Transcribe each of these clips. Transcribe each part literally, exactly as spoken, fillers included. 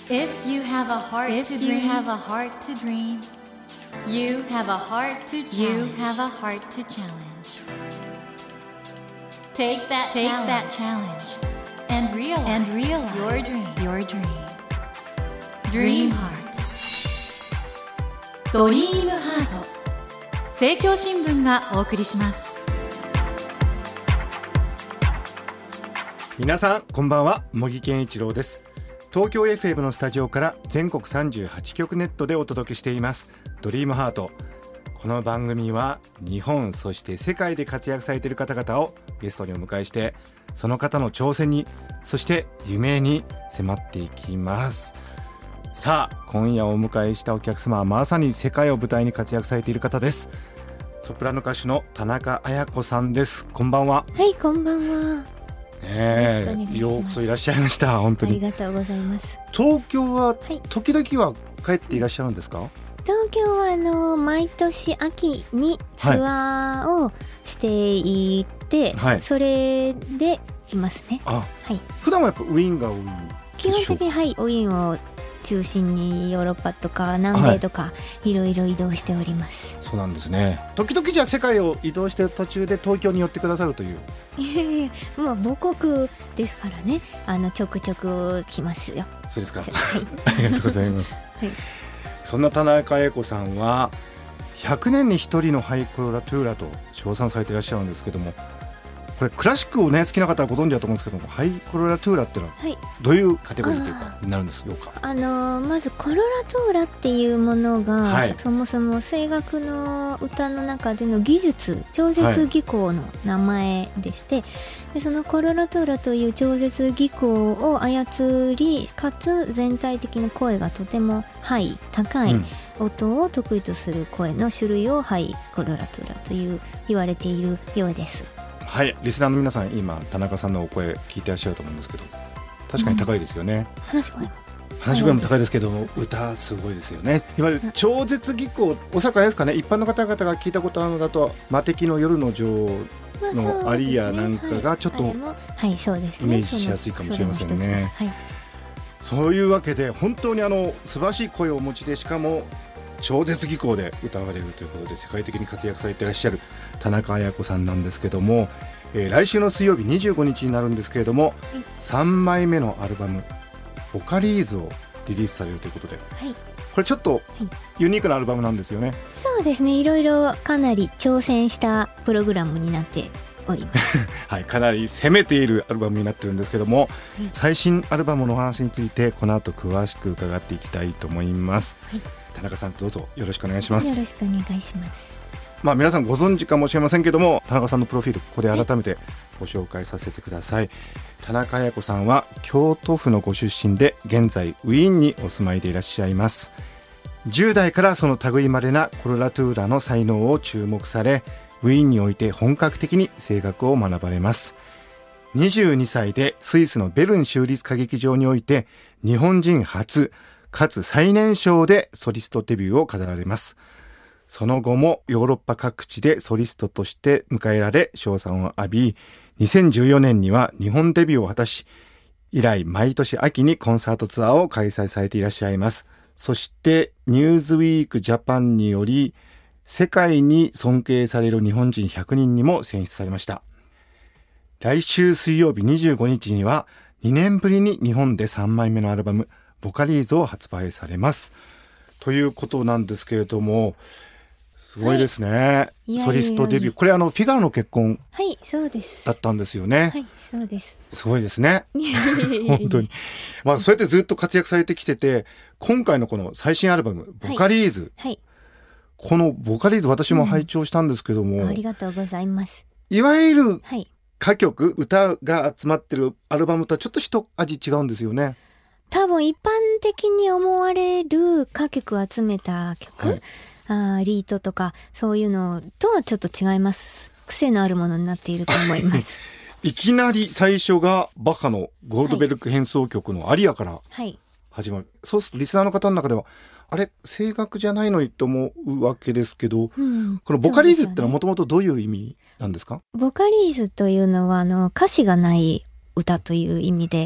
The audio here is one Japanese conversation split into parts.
If you have a heart to dream, you have a heart to dream. You have a heart to challenge. You have a heart to challenge. Take that take challenge. that challenge and realize, and realize your dream. Your dream. Dream Heart. ドリームハート。政教新聞がお送りします。 皆さんこんばんは、茂木健一郎です。東京 エフエム のスタジオから全国さんじゅうはちきょくネットでお届けしていますドリームハート。この番組は日本そして世界で活躍されている方々をゲストにお迎えして、その方の挑戦にそして夢に迫っていきます。さあ今夜お迎えしたお客様はまさに世界を舞台に活躍されている方です。ソプラノ歌手の田中綾子さんです。こんばんは。 はい、こんばんは。 ね、ようこそいらっしゃいました。本当にありがとうございます。 東京は時々は帰っていらっしゃるんですか？はい、 東京はあの毎年秋にツアーをしていて、はい、それで来ますね。 あ、はい、普段はやっぱウィーンが多いんでしょう？ 基本的にはい、ウィーンを中心にヨーロッパとか南米とか、はい、いろいろ移動しております。 そうなんですね。時々じゃあ世界を移動している途中で東京に寄ってくださるという。 いやいや、まあ母国ですからね、あのちょくちょく来ますよ。 そうですか、はい、 ありがとうございます、はい、そんな田中綾子さんはひゃくねんに一人のハイコロラトゥーラと称賛されていらっしゃるんですけども、これクラシックをね好きな方はご存知だと思うんですけども、ハイコロラトゥーラっていうのはどういうカテゴリーというかになるんですよか？ あのー、まずコロラトゥーラっていうものが、はい、そもそも声楽の歌の中での技術、超絶技巧の名前でして、はい、でそのコロラトゥーラという超絶技巧を操り、かつ全体的な声がとてもハイ、高い音を得意とする声の種類をハイコロラトゥーラという言われているようです。 はい、リスナーの皆さん今田中さんのお声聞いてらっしゃると思うんですけど、確かに高いですよね、 うん、話し声も話し声も高いですけども、歌すごいですよね。いわゆる超絶技巧、おそらくあれですかね、一般の方々が聞いたことあるのだと魔敵の夜の女王のアリアなんかがちょっとイメージしやすいかもしれませんね。そういうわけで本当にあの素晴らしい声をお持ちで、しかも超絶技巧で歌われるということで世界的に活躍されていらっしゃる田中綾子さんなんですけども、えー、来週の水曜日にじゅうごにちになるんですけれども、はい、さんまいめのアルバムボカリーズをリリースされるということで、はい、これちょっとユニークなアルバムなんですよね。 そうですね、いろいろかなり挑戦したプログラムになっております、 はい、かなり攻めているアルバムになってるんですけども、はい、最新アルバムのお話についてこの後詳しく伺っていきたいと思います、はい、田中さんどうぞよろしくお願いします。 よろしくお願いします。 まあ、皆さんご存知かもしれませんけども、田中さんのプロフィールここで改めてご紹介させてください、はい、田中綾子さんは京都府のご出身で現在ウィーンにお住まいでいらっしゃいます。じゅう代からその類まれなコロラトゥーラの才能を注目され、ウィーンにおいて本格的に声楽を学ばれます。にじゅうにさいでスイスのベルン州立歌劇場において日本人初かつ最年少でソリストデビューを飾られます。その後もヨーロッパ各地でソリストとして迎えられ称賛を浴び、にせんじゅうよねんには日本デビューを果たし、以来毎年秋にコンサートツアーを開催されていらっしゃいます。そしてニューズウィークジャパンにより世界に尊敬される日本人ひゃくにんにも選出されました。来週水曜日にじゅうごにちにはにねんぶりに日本でさんまいめのアルバムボカリーズを発売されますということなんですけれども、すごいですね、はい、いやいやいや、ソリストデビュー、これあのフィガロの結婚だったんですよね。 はい、そうです。 すごいですね本当に、まあ、そうやってずっと活躍されてきてて、今回のこの最新アルバムボカリーズ、はいはい、このボカリーズ私も拝聴したんですけども、 うん、ありがとうございます。 いわゆる歌曲、歌が集まってるアルバムとはちょっと一味違うんですよね。 多分一般的に思われる歌曲を集めた曲、はい、あリートとかそういうのとはちょっと違います。癖のあるものになっていると思いますいきなり最初がバッハのゴールドベルク変奏曲のアリアから始まる、はい、そうするとリスナーの方の中ではあれ声楽じゃないのにと思うわけですけど、うん、このボカリーズってのはもともとどういう意味なんですか？ ボカリーズというのはあの歌詞がない歌という意味で、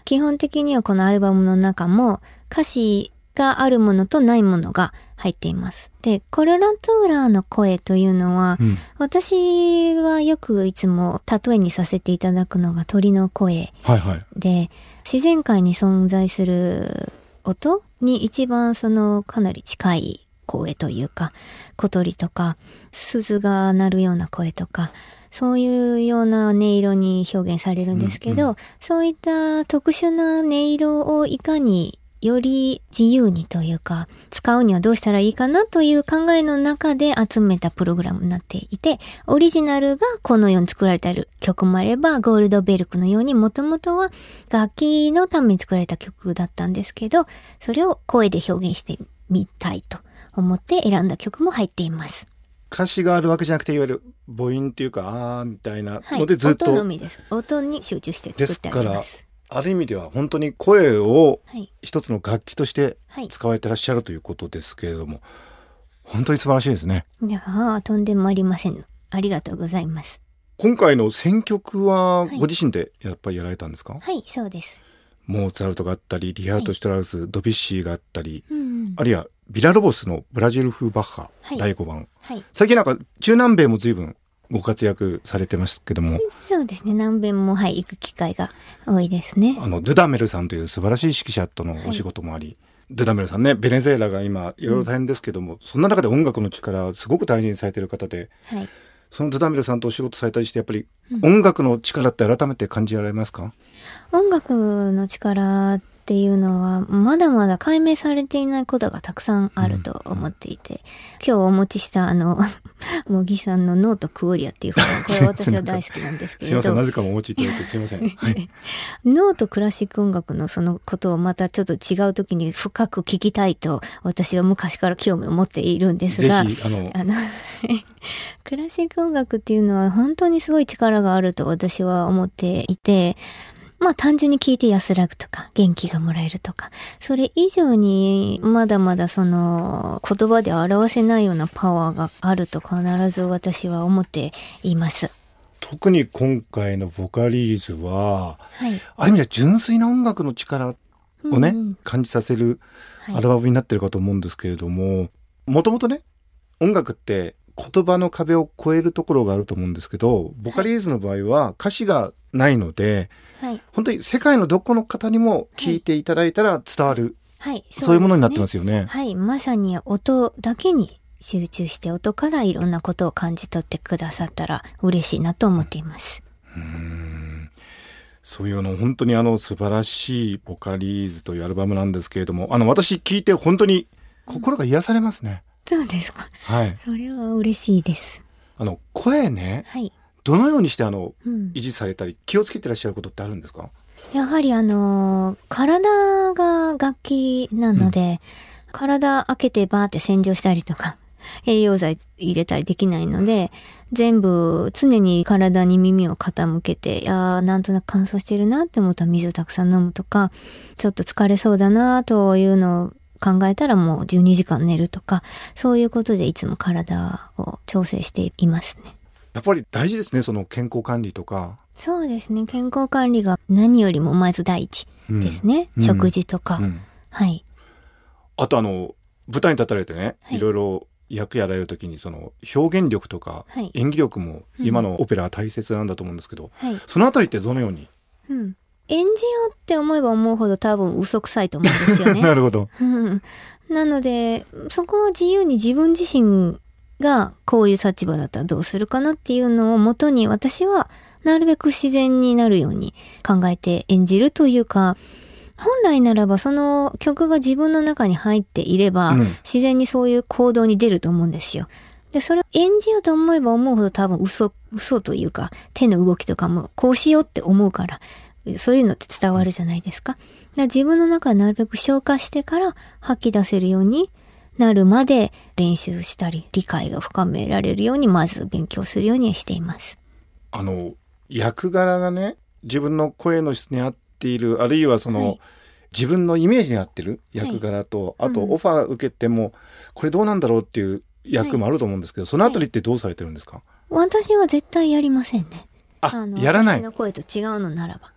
基本的にはこのアルバムの中も歌詞があるものとないものが入っています。で、コロラトゥーラの声というのは、うん、私はよくいつも例えにさせていただくのが鳥の声で、はいはい、自然界に存在する音に一番そのかなり近い声というか、小鳥とか鈴が鳴るような声とか、そういうような音色に表現されるんですけど、うんうん、そういった特殊な音色をいかにより自由にというか、使うにはどうしたらいいかなという考えの中で集めたプログラムになっていて、オリジナルがこのように作られている曲もあれば、ゴールドベルクのようにもともとは楽器のために作られた曲だったんですけど、それを声で表現してみたいと思って選んだ曲も入っています。 歌詞があるわけじゃなくて、いわゆる母音っていうか、あーみたいなのでずっと、 はい、音のみです。音に集中して作ってあります。 ですからある意味では本当に声を一つの楽器として使われてらっしゃるということですけれども、はい、本当に素晴らしいですね。 いやー、とんでもありません。ありがとうございます。 今回の選曲はご自身でやっぱりやられたんですか？ はい、はい、そうです。 モーツァルトがあったり、リハート・シュトラウス、はい、ドビュッシーがあったり、うん、あるいはビラロボスのブラジル風バッハ、はい、だいごばん、はい、最近なんか中南米も随分ご活躍されてますけども。 そうですね、南米も、はい、行く機会が多いですね。 あのドゥダメルさんという素晴らしい指揮者とのお仕事もあり、はい、ドゥダメルさんね、ベネズエラが今いろいろ大変ですけども、うん、そんな中で音楽の力すごく大事にされている方で、はい、そのドゥダメルさんとお仕事されたりして、やっぱり音楽の力って改めて感じられますか？ うん、音楽の力っていうのはまだまだ解明されていないことがたくさんあると思っていて、うん、今日お持ちしたあの茂木さんのノートクオリアっていう本、これ私は大好きなんですけれどすいません、なぜかもお持ちいただいてすいません、はい、 ノートクラシック音楽のそのことをまたちょっと違う時に深く聞きたいと私は昔から興味を持っているんですが、 ぜひあのあのクラシック音楽っていうのは本当にすごい力があると私は思っていて、まあ単純に聞いて安らぐとか元気がもらえるとか、それ以上にまだまだその言葉で表せないようなパワーがあると必ず私は思っています。 特に今回のボカリーズは、はい、ある意味では純粋な音楽の力をね、うん、感じさせるアルバムになってるかと思うんですけれども、もともとね、音楽って言葉の壁を越えるところがあると思うんですけど、ボカリーズの場合は歌詞がないので、はい、本当に世界のどこの方にも聞いていただいたら伝わる、はいはい、 そうですね、そういうものになってますよね。 はい、まさに音だけに集中して、音からいろんなことを感じ取ってくださったら嬉しいなと思っています。 うーん、そういうの本当にあの素晴らしいボカリーズというアルバムなんですけれども、あの私聞いて本当に心が癒されますね。 うん、そうですか。 はい。 それは嬉しいです。 あの声ね。はい。どのようにしてあの、うん、維持されたり気をつけてらっしゃることってあるんですか？ やはりあのー、体が楽器なので、うん、体開けてバーって洗浄したりとか栄養剤入れたりできないので、全部常に体に耳を傾けて、いやーなんとなく乾燥してるなって思ったら水をたくさん飲むとか、ちょっと疲れそうだなというのを考えたらもうじゅうにじかん寝るとか、そういうことでいつも体を調整していますね。 やっぱり大事ですね、その健康管理とか。 そうですね、健康管理が何よりもまず第一ですね、うん、食事とか、うん、はい。 あとあの舞台に立たれてね、はい、いろいろ役やられるときにその表現力とか演技力も今のオペラは大切なんだと思うんですけど、うん、そのあたりってどのように、 うん、演じようって思えば思うほど多分嘘くさいと思うんですよね。 なるほど、 うん、なのでそこは自由に自分自身がこういう立場だったらどうするかなっていうのをもとに、私はなるべく自然になるように考えて演じるというか、本来ならばその曲が自分の中に入っていれば、うん、自然にそういう行動に出ると思うんですよ。で、それを演じようと思えば思うほど多分嘘、嘘というか手の動きとかもこうしようって思うから、そういうのって伝わるじゃないですか。だから自分の中でなるべく消化してから吐き出せるようになるまで練習したり、理解が深められるようにまず勉強するようにしています。 あの役柄がね、自分の声の質に合っている、あるいはその、はい、自分のイメージに合ってる役柄と、はい、あとオファー受けても、うん、これどうなんだろうっていう役もあると思うんですけど、はい、そのあたりってどうされてるんですか？ 私は絶対やりませんね。 あ、あのやらない。 私の声と違うのならば。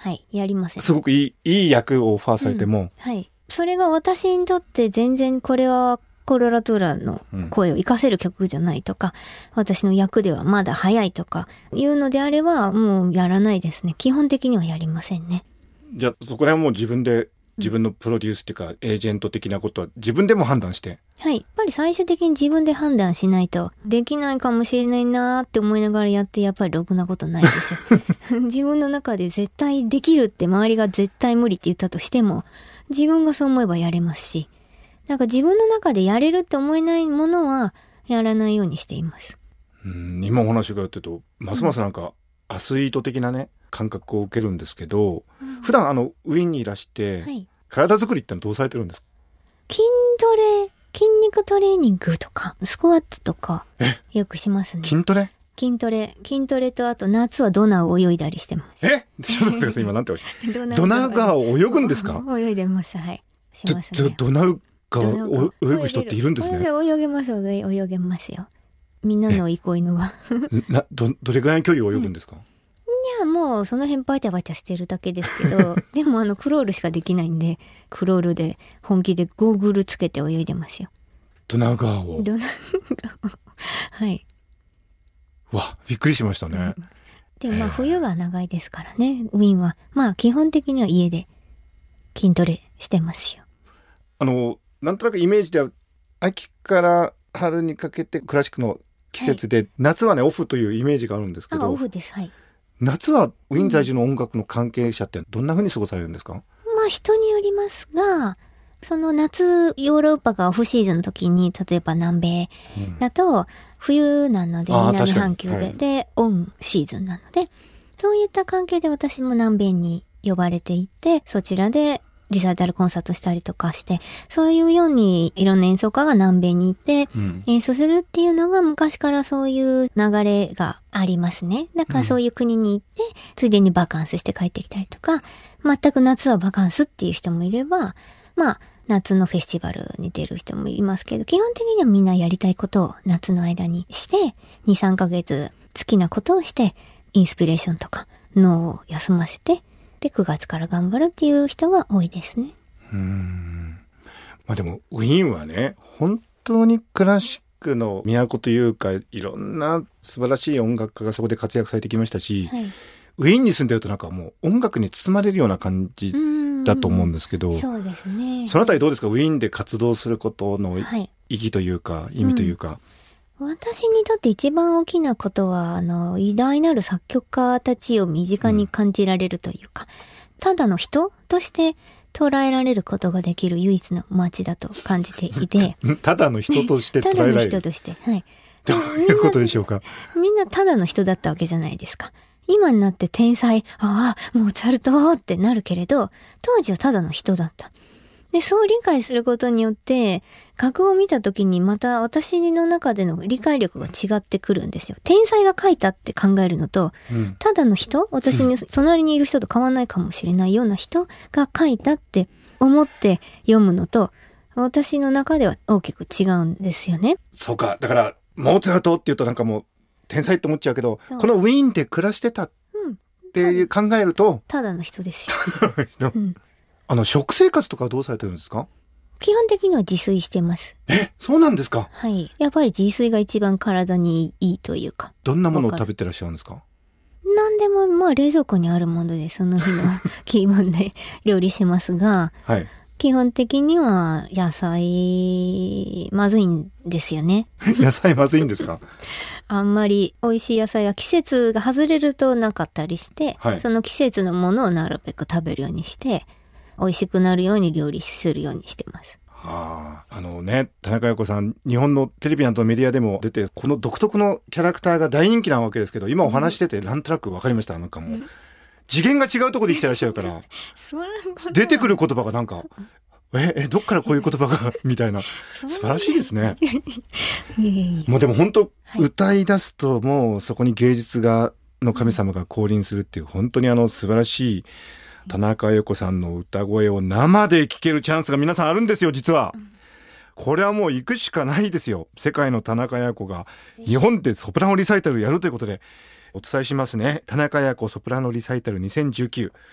はい、やりません。 すごくいいいい役をオファーされても、 うん、はい、それが私にとって全然これはコロラトゥーラの声を活かせる曲じゃないとか、うん、私の役ではまだ早いとかいうのであればもうやらないですね。基本的にはやりませんね。 じゃあそこら辺はもう自分で自分のプロデュースっていうか、うん、エージェント的なことは自分でも判断して、 はい、やっぱり最終的に自分で判断しないとできないかもしれないなーって思いながらやってやっぱりろくなことないですよ自分の中で絶対できるって周りが絶対無理って言ったとしても自分がそう思えばやれますし、なんか自分の中でやれるって思えないものはやらないようにしています。 うん、今お話があってるとますますなんかアスリート的なね感覚を受けるんですけど、うん、普段あのウィーンにいらして、はい、体作りってのはどうされてるんですか？ 筋トレ、筋肉トレーニングとかスクワットとかよくしますね。 筋トレ筋トレ筋トレとあと夏はドナーを泳いだりしてます。 えちょっと待ってください今なんておっしゃるドナー川を泳ぐんですか？ 泳いでます。はいしますね。 ドナー川を泳ぐ人っているんですね。 泳げます泳げますよ。みんなの憩いのはな ど, どれぐらいの距離を泳ぐんですか？うんいやもうその辺バチャバチャしてるだけですけどでもあのクロールしかできないんでクロールで本気でゴーグルつけて泳いでますよ。 ドナー川をドナー川はいわびっくりしましたね、うん、 でもまあ冬が長いですからねウィーンはまあ基本的には家で筋トレしてますよ。 あのなんとなくイメージでは秋から春にかけてクラシックの季節で、はい、夏はねオフというイメージがあるんですけど。 あオフですはい。 夏はウィーン在住の音楽の関係者ってどんな風に過ごされるんですか？まあ人によりますが、その夏ヨーロッパがオフシーズンの時に例えば南米だと冬なので南半球で、はい、でオンシーズンなのでそういった関係で私も南米に呼ばれていてそちらでリサイタルコンサートしたりとかしてそういうようにいろんな演奏家が南米に行って演奏するっていうのが昔からそういう流れがありますね。だからそういう国に行って、うん、ついでにバカンスして帰ってきたりとか全く夏はバカンスっていう人もいればまあ夏のフェスティバルに出る人もいますけど基本的にはみんなやりたいことを夏の間にしてにさんかげつ好きなことをしてインスピレーションとか脳を休ませてでくがつから頑張るっていう人が多いですね。 うーん、まあ、でもウィーンはね本当にクラシックの都というかいろんな素晴らしい音楽家がそこで活躍されてきましたし、はい、ウィーンに住んでるとなんかもう音楽に包まれるような感じだと思うんですけど、 そうですね。 そのあたりどうですか？ウィーンで活動することの意義というか、はい、意味というか、 うん、私にとって一番大きなことはあの偉大なる作曲家たちを身近に感じられるというか、うん、ただの人として捉えられることができる唯一の街だと感じていてただの人として捉えられるただの人としてはいどういうことでしょうか？ みんなただの人だったわけじゃないですか。今になって天才ああモーツァルトってなるけれど当時はただの人だった。でそう理解することによって楽譜を見た時にまた私の中での理解力が違ってくるんですよ。天才が書いたって考えるのと、うん、ただの人私に隣にいる人と変わらないかもしれないような人が書いたって思って読むのと私の中では大きく違うんですよね。 そうかだからモーツァルトっていうとなんかもう天才って思っちゃうけどこのウィーンで暮らしてたって考えると、 ただの人ですよ、うん、 あの食生活とかはどうされてるんですか？ 基本的には自炊してます。 え、そうなんですか？ はい。やっぱり自炊が一番体にいいというか。 どんなものを食べてらっしゃるんですか？ 何でもまあ冷蔵庫にあるものでその日の気分で料理しますが、はい、基本的には野菜まずいんですよね。 野菜まずいんですか？ あんまり美味しい野菜が季節が外れるとなかったりして、はい、その季節のものをなるべく食べるようにして美味しくなるように料理するようにしてます。 はあ、あのね田中陽子さん日本のテレビなどメディアでも出てこの独特のキャラクターが大人気なわけですけど今お話しててなんとなく分かりました。なんかもう次元が違うところで生きてらっしゃるから出てくる言葉がなんかええどっからこういう言葉がみたいな素晴らしいですね。もうでも本当、はい、歌い出すともうそこに芸術がの神様が降臨するっていう本当にあの素晴らしい田中陽子さんの歌声を生で聴けるチャンスが皆さんあるんですよ実は。これはもう行くしかないですよ。世界の田中陽子が日本でソプラノリサイタルやるということでお伝えしますね。田中陽子ソプラノリサイタルにせんじゅうきゅう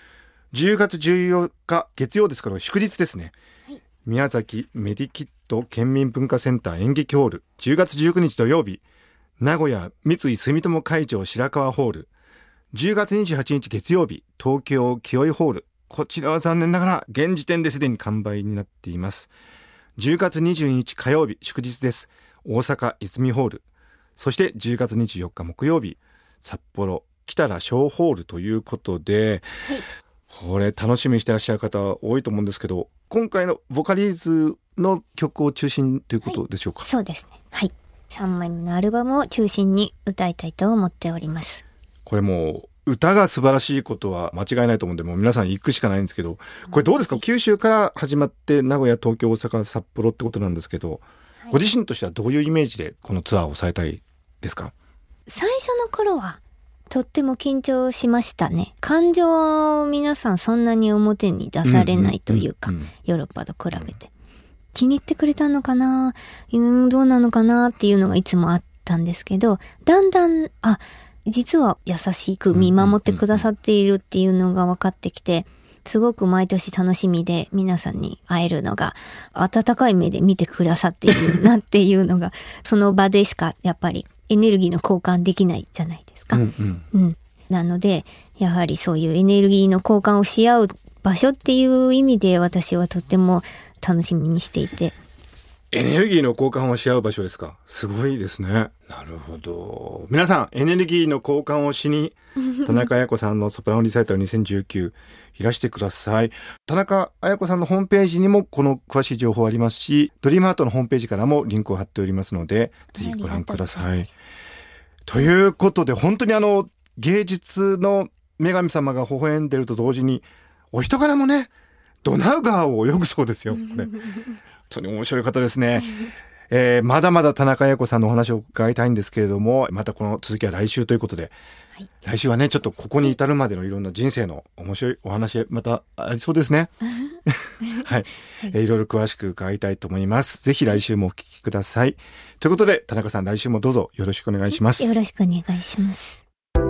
じゅうがつじゅうよっか月曜ですから祝日ですね、はい、宮崎メディキット県民文化センター演劇ホール、じゅうがつじゅうくにち土曜日、名古屋三井住友会場白川ホール、じゅうがつにじゅうはちにち月曜日、東京清居ホール、こちらは残念ながら現時点ですでに完売になっています。じゅうがつにじゅうににち火曜日祝日です。大阪泉ホール、そしてじゅうがつにじゅうよっか木曜日、札幌北良小ホールということで、はい、これ楽しみにしてらっしゃる方多いと思うんですけど、今回のボカリーズの曲を中心ということでしょうか？ はい、そうですね、はい、さんまいめのアルバムを中心に歌いたいと思っております。 これもう歌が素晴らしいことは間違いないと思うんで、もう皆さん行くしかないんですけど、これどうですか？九州から始まって名古屋、東京、大阪、札幌ってことなんですけど、はい、ご自身としてはどういうイメージでこのツアーをされたいですか？ 最初の頃はとっても緊張しましたね。感情を皆さんそんなに表に出されないというか、ヨーロッパと比べて気に入ってくれたのかな、うんどうなのかなっていうのがいつもあったんですけど、だんだんあ実は優しく見守ってくださっているっていうのが分かってきて、すごく毎年楽しみで皆さんに会えるのが、温かい目で見てくださっているなっていうのがその場でしかやっぱりエネルギーの交換できないじゃないですか、うんうんうん、なのでやはりそういうエネルギーの交換をし合う場所っていう意味で私はとっても楽しみにしていて。 エネルギーの交換をし合う場所ですか？すごいですね。なるほど。皆さんエネルギーの交換をしに田中綾子さんのソプラノリサイタルにせんじゅうきゅういらしてください。田中綾子さんのホームページにもこの詳しい情報ありますし、ドリームハートのホームページからもリンクを貼っておりますので、ぜひご覧ください。ということで本当にあの芸術の女神様が微笑んでると同時にお人柄もねドナウ川を泳ぐそうですよ。これ本当に面白い方ですね。えー、まだまだ田中綾子さんのお話を伺いたいんですけれども、またこの続きは来週ということで、はい、来週はねちょっとここに至るまでのいろんな人生の面白いお話またありそうですね。はい、えー、いろいろ詳しく伺いたいと思います。ぜひ来週もお聞きください。ということで田中さん、来週もどうぞよろしくお願いします。 よろしくお願いします。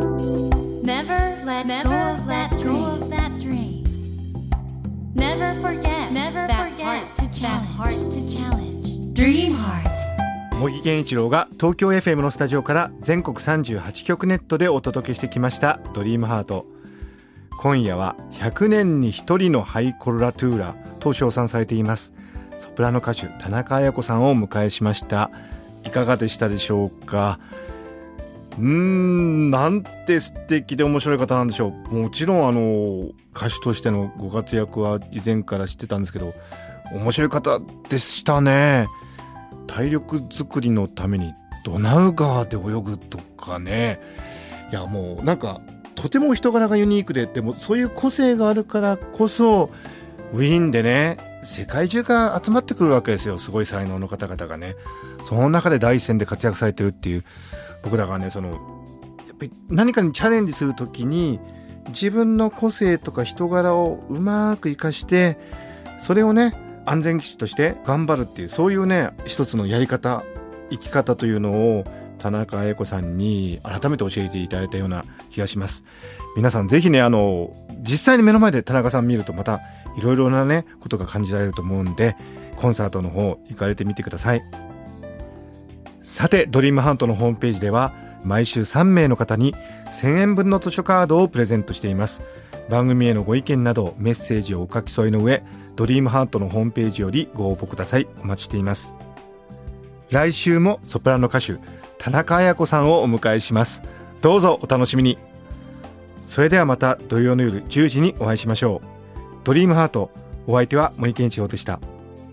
Never let go of that dream. Never forget that heart to challenge. Dream Heart。 茂木健一郎が東京 エフエム のスタジオから全国さんじゅうはちきょくネットでお届けしてきましたドリームハート。今夜はひゃくねんにひとりのハイコロラトゥーラと称賛されていますソプラノ歌手田中綾子さんをお迎えしました。いかがでしたでしょうか？うーんなんて素敵で面白い方なんでしょう。もちろんあの歌手としてのご活躍は以前から知ってたんですけど、面白い方でしたね。体力作りのためにドナウ川で泳ぐとかね、いやもうなんかとても人柄がユニークで、でもそういう個性があるからこそウィーンでね世界中から集まってくるわけですよ。すごい才能の方々がね、その中で第一線で活躍されてるっていう。僕だからね、そのやっぱり何かにチャレンジするときに自分の個性とか人柄をうまく生かして、それをね安全基地として頑張るっていう、そういうね一つのやり方、生き方というのを田中綾子さんに改めて教えていただいたような気がします。皆さんぜひねあの実際に目の前で田中さん見るとまたいろいろなねことが感じられると思うんで、コンサートの方行かれてみてください。さてドリームハントのホームページでは毎週さんめいの方にせんえんぶんの図書カードをプレゼントしています。番組へのご意見などメッセージをお書き添えの上、ドリームハートのホームページよりご応募ください。お待ちしています。来週もソプラノ歌手田中綾子さんをお迎えします。どうぞお楽しみに。それではまた土曜の夜じゅうじにお会いしましょう。ドリームハート、お相手は森健一郎でした。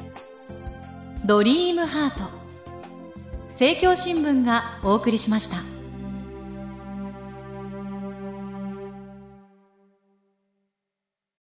ドリームハート、政教新聞がお送りしました。